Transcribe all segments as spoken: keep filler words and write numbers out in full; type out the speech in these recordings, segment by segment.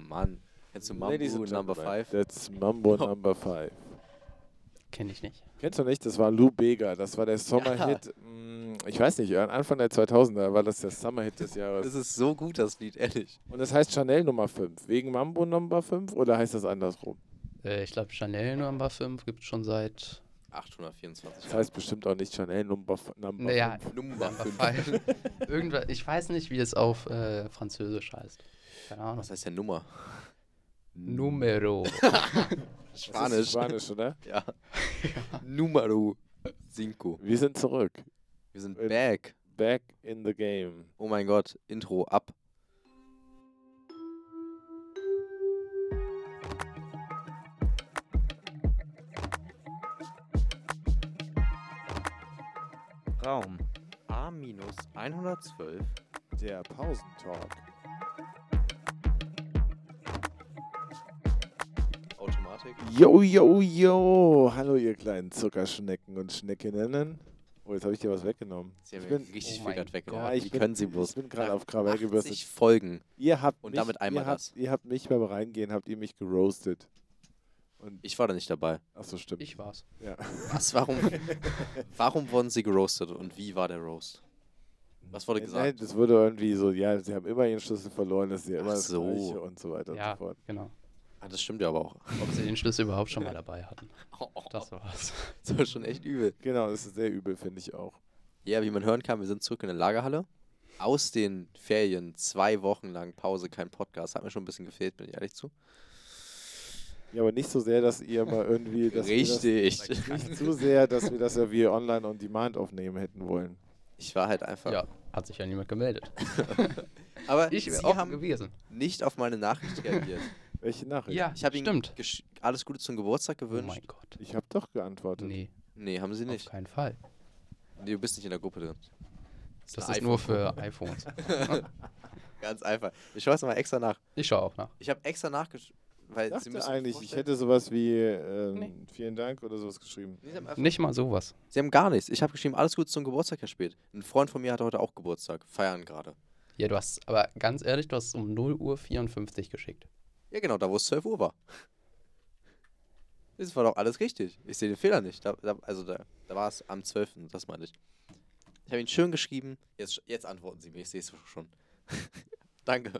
Mann. Kennst du Mambo Ladies and Number Gentlemen, five? That's Mambo Number five. Kenn ich nicht. Kennst du nicht? Das war Lou Bega. Das war der Sommerhit. mh, Ich weiß nicht, Anfang der zweitausender war das der Sommerhit des Jahres. Das ist so gut, das Lied, ehrlich. Und das heißt Chanel Nummer fünf. Wegen Mambo Number fünf oder heißt das andersrum? Äh, ich glaube, Chanel Nummer fünf gibt es schon seit achthundertvierundzwanzig. Das heißt bestimmt auch nicht Chanel Number, f- number Naja, fünf. Nummer Number fünf. five. Irgendwas, ich weiß nicht, wie es auf äh, Französisch heißt. Keine Ahnung. Was heißt denn Nummer? Numero. Das ist Spanisch. Spanisch, oder? Ja. Numero cinco. Wir sind zurück. Wir sind Äh, back. Back in the game. Oh mein Gott, Intro ab. Raum A hundertzwölf. Der Pausentalk. Automatik. Yo, yo, yo. Hallo, ihr kleinen Zuckerschnecken und Schneckinnen. Oh, jetzt habe ich dir was weggenommen. Sie haben Ich ja bin- richtig Oh viel mein gerade Gott. weggenommen. Ja, ich Wie bin- können Sie bloß? Ich bin gerade auf Nach Krawall gebürstet. achtzig Folgen. Ihr habt Und mich, damit einmal ihr habt, das. Ihr habt mich beim Reingehen, habt ihr mich geroastet. Und, Ich war da nicht dabei. achso, stimmt. Ich war's. Ja. Was, warum, warum wurden Sie geroastet und wie war der Roast? Was wurde Nein, gesagt? Nein, das wurde irgendwie so, ja, sie haben immer ihren Schlüssel verloren, das ist ja immer Ach das so. Gleiche und so weiter und Ja, so fort. genau. Ah, das stimmt ja aber auch. Ob sie den Schlüssel überhaupt schon mal dabei hatten. Das war's. Das war schon echt übel. Genau, das ist sehr übel, finde ich auch. Ja, wie man hören kann, wir sind zurück in der Lagerhalle. Aus den Ferien, zwei Wochen lang Pause, kein Podcast. Hat mir schon ein bisschen gefehlt, bin ich ehrlich zu. Ja, aber nicht so sehr, dass ihr mal irgendwie, dass Richtig. Wir das, nicht zu sehr, dass wir das ja wie online on demand aufnehmen hätten wollen. Ich war halt einfach. Ja, hat sich ja niemand gemeldet. Aber Ich Sie wäre offen haben gewesen. nicht auf meine Nachricht reagiert. Welche Nachricht? Ja, Ich habe Ihnen stimmt. gesch- alles Gute zum Geburtstag Oh gewünscht. mein Gott. Ich habe doch geantwortet. Nee, Nee, haben Sie auf nicht. keinen Fall. Nee, du bist nicht in der Gruppe drin. Das eine ist nur iPhone-Gruppe. für iPhones. Ganz einfach. Ich schaue es mal extra nach. Ich schaue auch nach. Ich habe extra nachgeschaut, weil Ich Sie dachte müssen eigentlich, ich vorstellen- hätte sowas wie ähm, Nee. vielen Dank oder sowas geschrieben. Nee, Sie haben, einfach, Nicht mal sowas. Sie haben gar nichts. Ich habe geschrieben, alles Gute zum Geburtstag, Herr Spät. Ein Freund von mir hat heute auch Geburtstag. Feiern gerade. Ja, du hast, aber ganz ehrlich, du hast es um null Uhr vierundfünfzig geschickt. Ja, genau, da wo es zwölf Uhr war. Das war doch alles richtig. Ich sehe den Fehler nicht. Da, da, also da, da war es am zwölften Das meine ich. Ich habe ihn schön geschrieben. Jetzt, jetzt antworten Sie mir. Ich sehe es schon. Danke.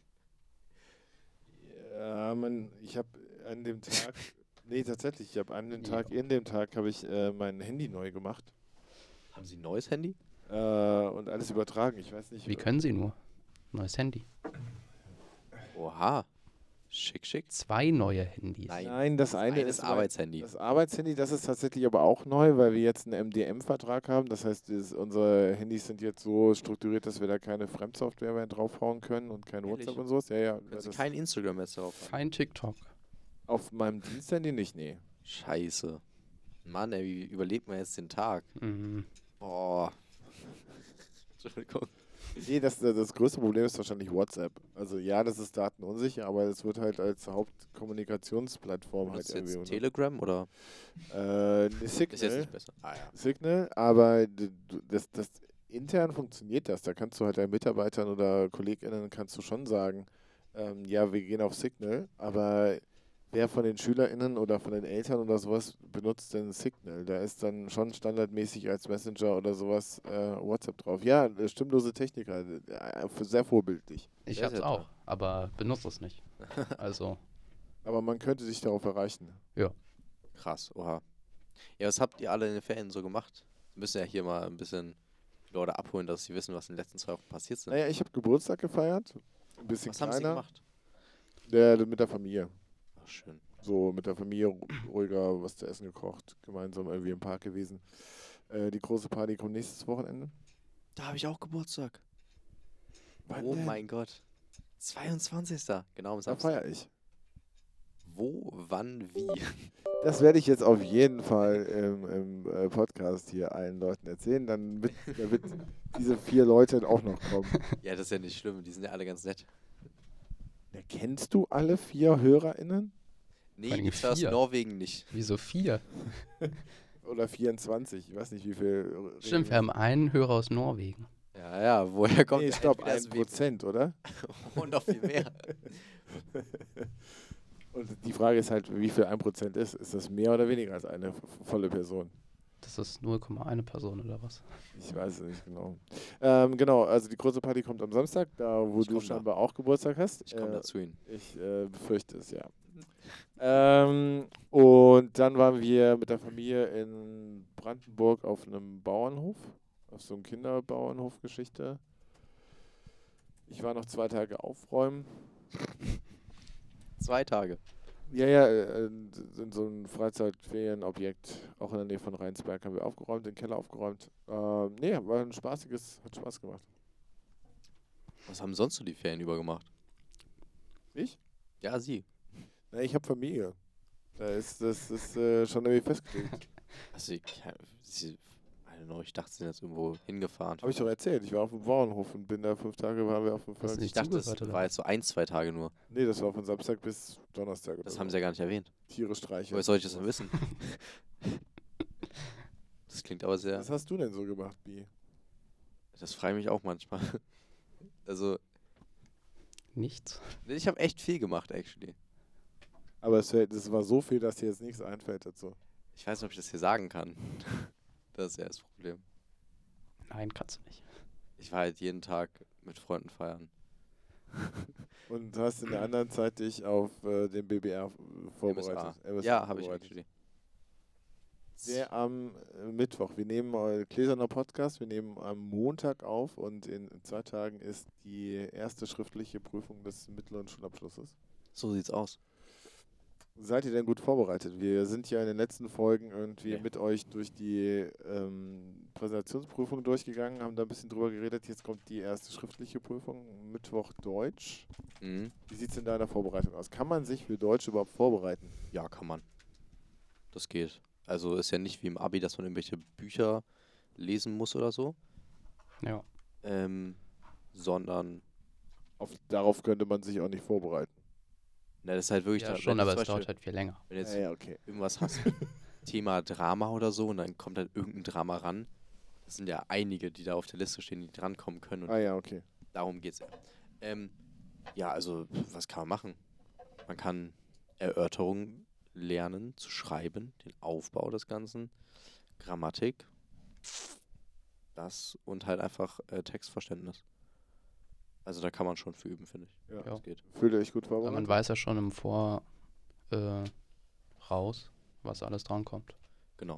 Ja, man, ich habe an dem Tag, nee, tatsächlich, ich habe an dem Tag, in dem Tag habe ich äh, mein Handy neu gemacht Haben Sie ein neues Handy? äh, und alles übertragen. Ich weiß nicht. Wie können sie nur? Neues Handy. Oha. Schick, schick. Zwei neue Handys. Nein. Nein, das eine Eines ist mein- Arbeitshandy. Das Arbeitshandy, das ist tatsächlich aber auch neu, weil wir jetzt einen M D M-Vertrag haben. Das heißt, das, unsere Handys sind jetzt so strukturiert, dass wir da keine Fremdsoftware mehr draufhauen können und kein Ehrlich? WhatsApp und sowas. Ja, ja. Können Sie Das kein Instagram jetzt drauf haben? Kein TikTok. auf meinem Diensthandy nicht, nee. Scheiße. Mann, ey, wie überlebt man jetzt den Tag? Mhm. Boah. Entschuldigung. Nee, das, das größte Problem ist wahrscheinlich WhatsApp. Also ja, das ist datenunsicher, aber es wird halt als Hauptkommunikationsplattform halt Ist jetzt irgendwie. Telegram oder? Äh, nee, Ist jetzt Signal. nicht besser. Ah ja. Signal, aber d- du- das, das intern funktioniert das. Da kannst du halt deinen Mitarbeitern oder KollegInnen kannst du schon sagen, ähm, ja, wir gehen auf Signal, aber wer von den SchülerInnen oder von den Eltern oder sowas benutzt denn Signal? Da ist dann schon standardmäßig als Messenger oder sowas äh, WhatsApp drauf. Ja, äh, stimmlose Techniker, äh, für- sehr vorbildlich. Ich Sehr, hab's sehr auch, toll. aber benutze es nicht. Also, Aber man könnte sich darauf erreichen. Krass, oha. Ja, was habt ihr alle in den Ferien so gemacht? Wir müssen ja hier mal ein bisschen die Leute abholen, dass sie wissen, was in den letzten zwei Wochen passiert sind. Naja, ich habe Geburtstag gefeiert, ein bisschen was haben sie kleiner, gemacht? der, mit der Familie. Ach, schön. So mit der Familie ru- ruhiger was zu essen gekocht, gemeinsam irgendwie im Park gewesen. Äh, die große Party kommt nächstes Wochenende. Da habe ich auch Geburtstag. Wann Oh denn? mein Gott. zweiundzwanzigsten Genau am Da Samstag. feiere ich. Wo, wann, wie? Das werde ich jetzt auf jeden Fall im, im äh, Podcast hier allen Leuten erzählen. Dann wird, damit diese vier Leute auch noch kommen. Ja, das ist ja nicht schlimm. Die sind ja alle ganz nett. Ja, kennst du alle vier HörerInnen? Nee, Vor allem die zwei aus vier. Norwegen nicht. wieso vier? Oder vierundzwanzig? Ich weiß nicht, wie viel. Stimmt, wir haben einen Hörer aus Norwegen. Ja. Ja, ja, woher kommt Nee, der stopp, entweder ein ist Weben Prozent, oder? und noch viel mehr? Und die Frage ist halt, wie viel ein Prozent ist. Ist das mehr oder weniger als eine f- volle Person? Das ist null Komma eins Person oder was? Ich weiß es nicht genau. Ähm, genau, also die große Party kommt am Samstag, da wo Ich du komm da. scheinbar auch Geburtstag hast. Ich komme Äh, da zu Ihnen. Ich äh, befürchte es, ja. Ähm, und dann waren wir mit der Familie in Brandenburg auf einem Bauernhof, auf so einem Kinderbauernhof-Geschichte. Ich war noch zwei Tage aufräumen. Zwei Tage. Ja, ja, äh, in so einem Freizeitferienobjekt, auch in der Nähe von Rheinsberg, haben wir aufgeräumt, den Keller aufgeräumt. Ähm, nee, war ein spaßiges, hat Spaß gemacht. Was haben sonst so die Ferien über gemacht? Ich? Ja, Sie. Na, ich habe Familie. Da ist das ist äh, schon irgendwie festgelegt. Also, ich, Sie, I don't know, ich dachte, Sie sind jetzt irgendwo hingefahren. Habe ich doch erzählt. Ich war auf dem Bauernhof und bin da fünf Tage, waren wir auf dem Hast du Feld. Ich nicht dachte, das zugehört, oder? war jetzt so ein, zwei Tage nur. Nee, das war von Samstag bis Donnerstag. Oder Das so. haben Sie ja gar nicht erwähnt. Tiere streicheln. Woher soll ich das denn wissen? Das klingt aber sehr. Was hast du denn so gemacht, Bi? Das freut mich auch manchmal. Also, Nichts. ich habe echt viel gemacht, actually. Aber es, fällt- es war so viel, dass dir jetzt nichts einfällt dazu. Ich weiß nicht, ob ich das hier sagen kann. Das ist ja das Problem. Nein, kannst du nicht. Ich war halt jeden Tag mit Freunden feiern. Und hast in der anderen Zeit dich auf äh, den B B R vorbereitet. M S A. M S A Ja, habe ich vorbereitet. actually. Der am äh, Mittwoch. Wir nehmen äh, Gläserner Podcast, wir nehmen am Montag auf und in zwei Tagen ist die erste schriftliche Prüfung des mittleren Schulabschlusses. So sieht's aus. Seid ihr denn gut vorbereitet? Wir sind ja in den letzten Folgen irgendwie Nee. mit euch durch die ähm, Präsentationsprüfung durchgegangen, haben da ein bisschen drüber geredet. Jetzt kommt die erste schriftliche Prüfung, Mittwoch Deutsch. Mhm. Wie sieht es in deiner Vorbereitung aus? Kann man sich für Deutsch überhaupt vorbereiten? Ja, kann man. Das geht. Also ist ja nicht wie im Abi, dass man irgendwelche Bücher lesen muss oder so. Ja. Ähm, sondern, Auf, darauf könnte man sich auch nicht vorbereiten. na, das ist halt wirklich Ja, da- schon, wenn du aber zum es dauert Beispiel- halt viel länger. Wenn du jetzt Ja, ja, okay. irgendwas hast, mit Thema Drama oder so, und dann kommt halt irgendein Drama ran. Das sind ja einige, die da auf der Liste stehen, die drankommen können. Und Ah ja, okay. darum geht's ja. Ähm, ja, also, was kann man machen? Man kann Erörterungen lernen, zu schreiben, den Aufbau des Ganzen, Grammatik, das und halt einfach äh, Textverständnis. Also da kann man schon für üben, finde ich. Ja. Ja. Das geht. Fühlt ihr euch gut Aber man vorbereitet? weiß ja schon im Vor äh, raus, was alles drankommt. Genau.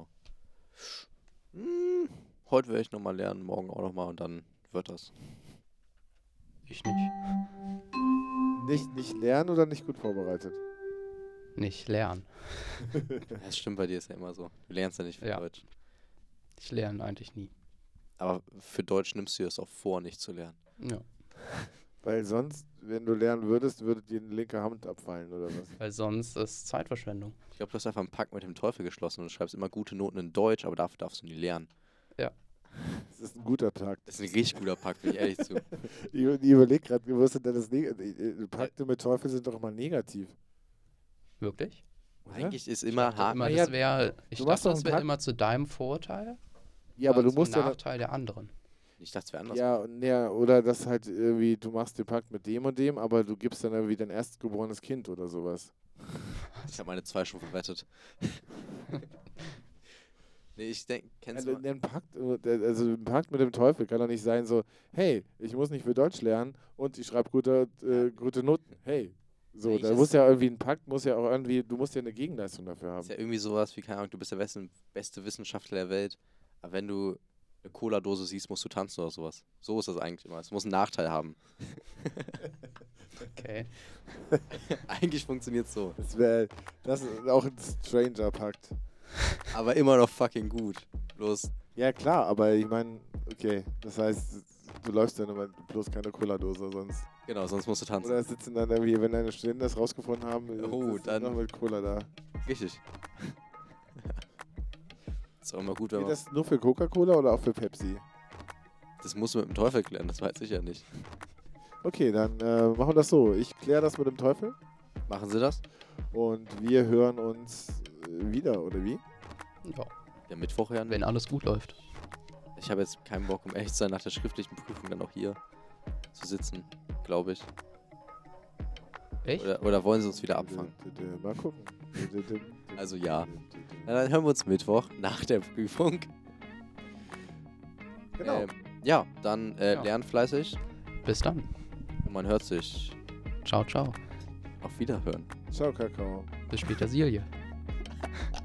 Hm, heute werde ich nochmal lernen, morgen auch nochmal und dann wird das. Ich nicht. Nicht, nicht lernen oder nicht gut vorbereitet? Nicht lernen. Das stimmt, bei dir ist ja immer so. Du lernst ja nicht für Ja. Deutsch. Ich lerne eigentlich nie. Aber für Deutsch nimmst du es auch vor, nicht zu lernen. Ja. Weil sonst, wenn du lernen würdest, würde dir eine linke Hand abfallen oder was? Weil sonst ist Zeitverschwendung. Ich glaube, du hast einfach einen Pakt mit dem Teufel geschlossen und du schreibst immer gute Noten in Deutsch, aber dafür darfst du nie lernen. Das ist ein guter Tag. Das ist ein richtig guter Pakt, bin ich ehrlich zu. Ich, ich überlege gerade, wie wusste denn das Neg- äh, Pakte mit Teufel sind doch immer negativ. Wirklich? Oder? Eigentlich ist immer Immer, Haken. ja, das wäre, ich du machst dachte, doch das einen wäre Pakt- immer zu deinem Vorteil. Ja, aber du zum musst ja, dann- Nachteil der anderen. Ich dachte, es wäre anders. ja, und ja, oder das halt irgendwie, du machst den Pakt mit dem und dem, aber du gibst dann irgendwie dein erstgeborenes Kind oder sowas. Ich habe meine zwei schon verwettet. Nee, ich denke, kennst du Also, mal, ein Pakt, äh, also ein Pakt mit dem Teufel kann doch nicht sein so, hey, ich muss nicht für Deutsch lernen und ich schreibe gute, äh, gute Noten. Hey. So, Eigentlich da ist- muss ja irgendwie ein Pakt, muss ja auch irgendwie, du musst ja eine Gegenleistung dafür ist haben. ja irgendwie sowas wie, keine Ahnung, du bist der beste, beste Wissenschaftler der Welt, aber wenn du eine Cola-Dose siehst, musst du tanzen oder sowas. So ist das eigentlich immer. Es muss einen Nachteil haben. Okay. Eigentlich funktioniert es so. Das wäre, das ist auch ein Stranger-Pakt. Aber immer noch fucking gut. Bloß, Ja, klar, aber ich meine, okay, das heißt, du läufst dann aber bloß keine Cola-Dose sonst. genau, sonst musst du tanzen. Oder sitzen dann irgendwie, wenn deine Studenten das rausgefunden haben, Oh, sitzen dann- noch mit Cola da. Richtig. Ist auch immer gut, wenn Geht man. Das, das nur für Coca-Cola oder auch für Pepsi? das musst du mit dem Teufel klären, das weiß ich ja nicht. Okay, dann äh, machen wir das so. Ich kläre das mit dem Teufel Machen Sie das? und wir hören uns äh, wieder, oder wie? Ja, Ja, Mittwoch ja. wenn alles gut läuft. ich habe jetzt keinen Bock, um ehrlich zu sein, nach der schriftlichen Prüfung dann auch hier zu sitzen, glaube ich. Echt? Oder, oder wollen sie uns wieder abfangen? Mal gucken. Also ja. Na, dann hören wir uns Mittwoch nach der Prüfung. Genau. Ähm, ja, dann äh, Ja. lernt fleißig Bis dann. und man hört sich. Ciao, ciao. Auf Wiederhören. Ciao, Kakao. Bis später, Silje.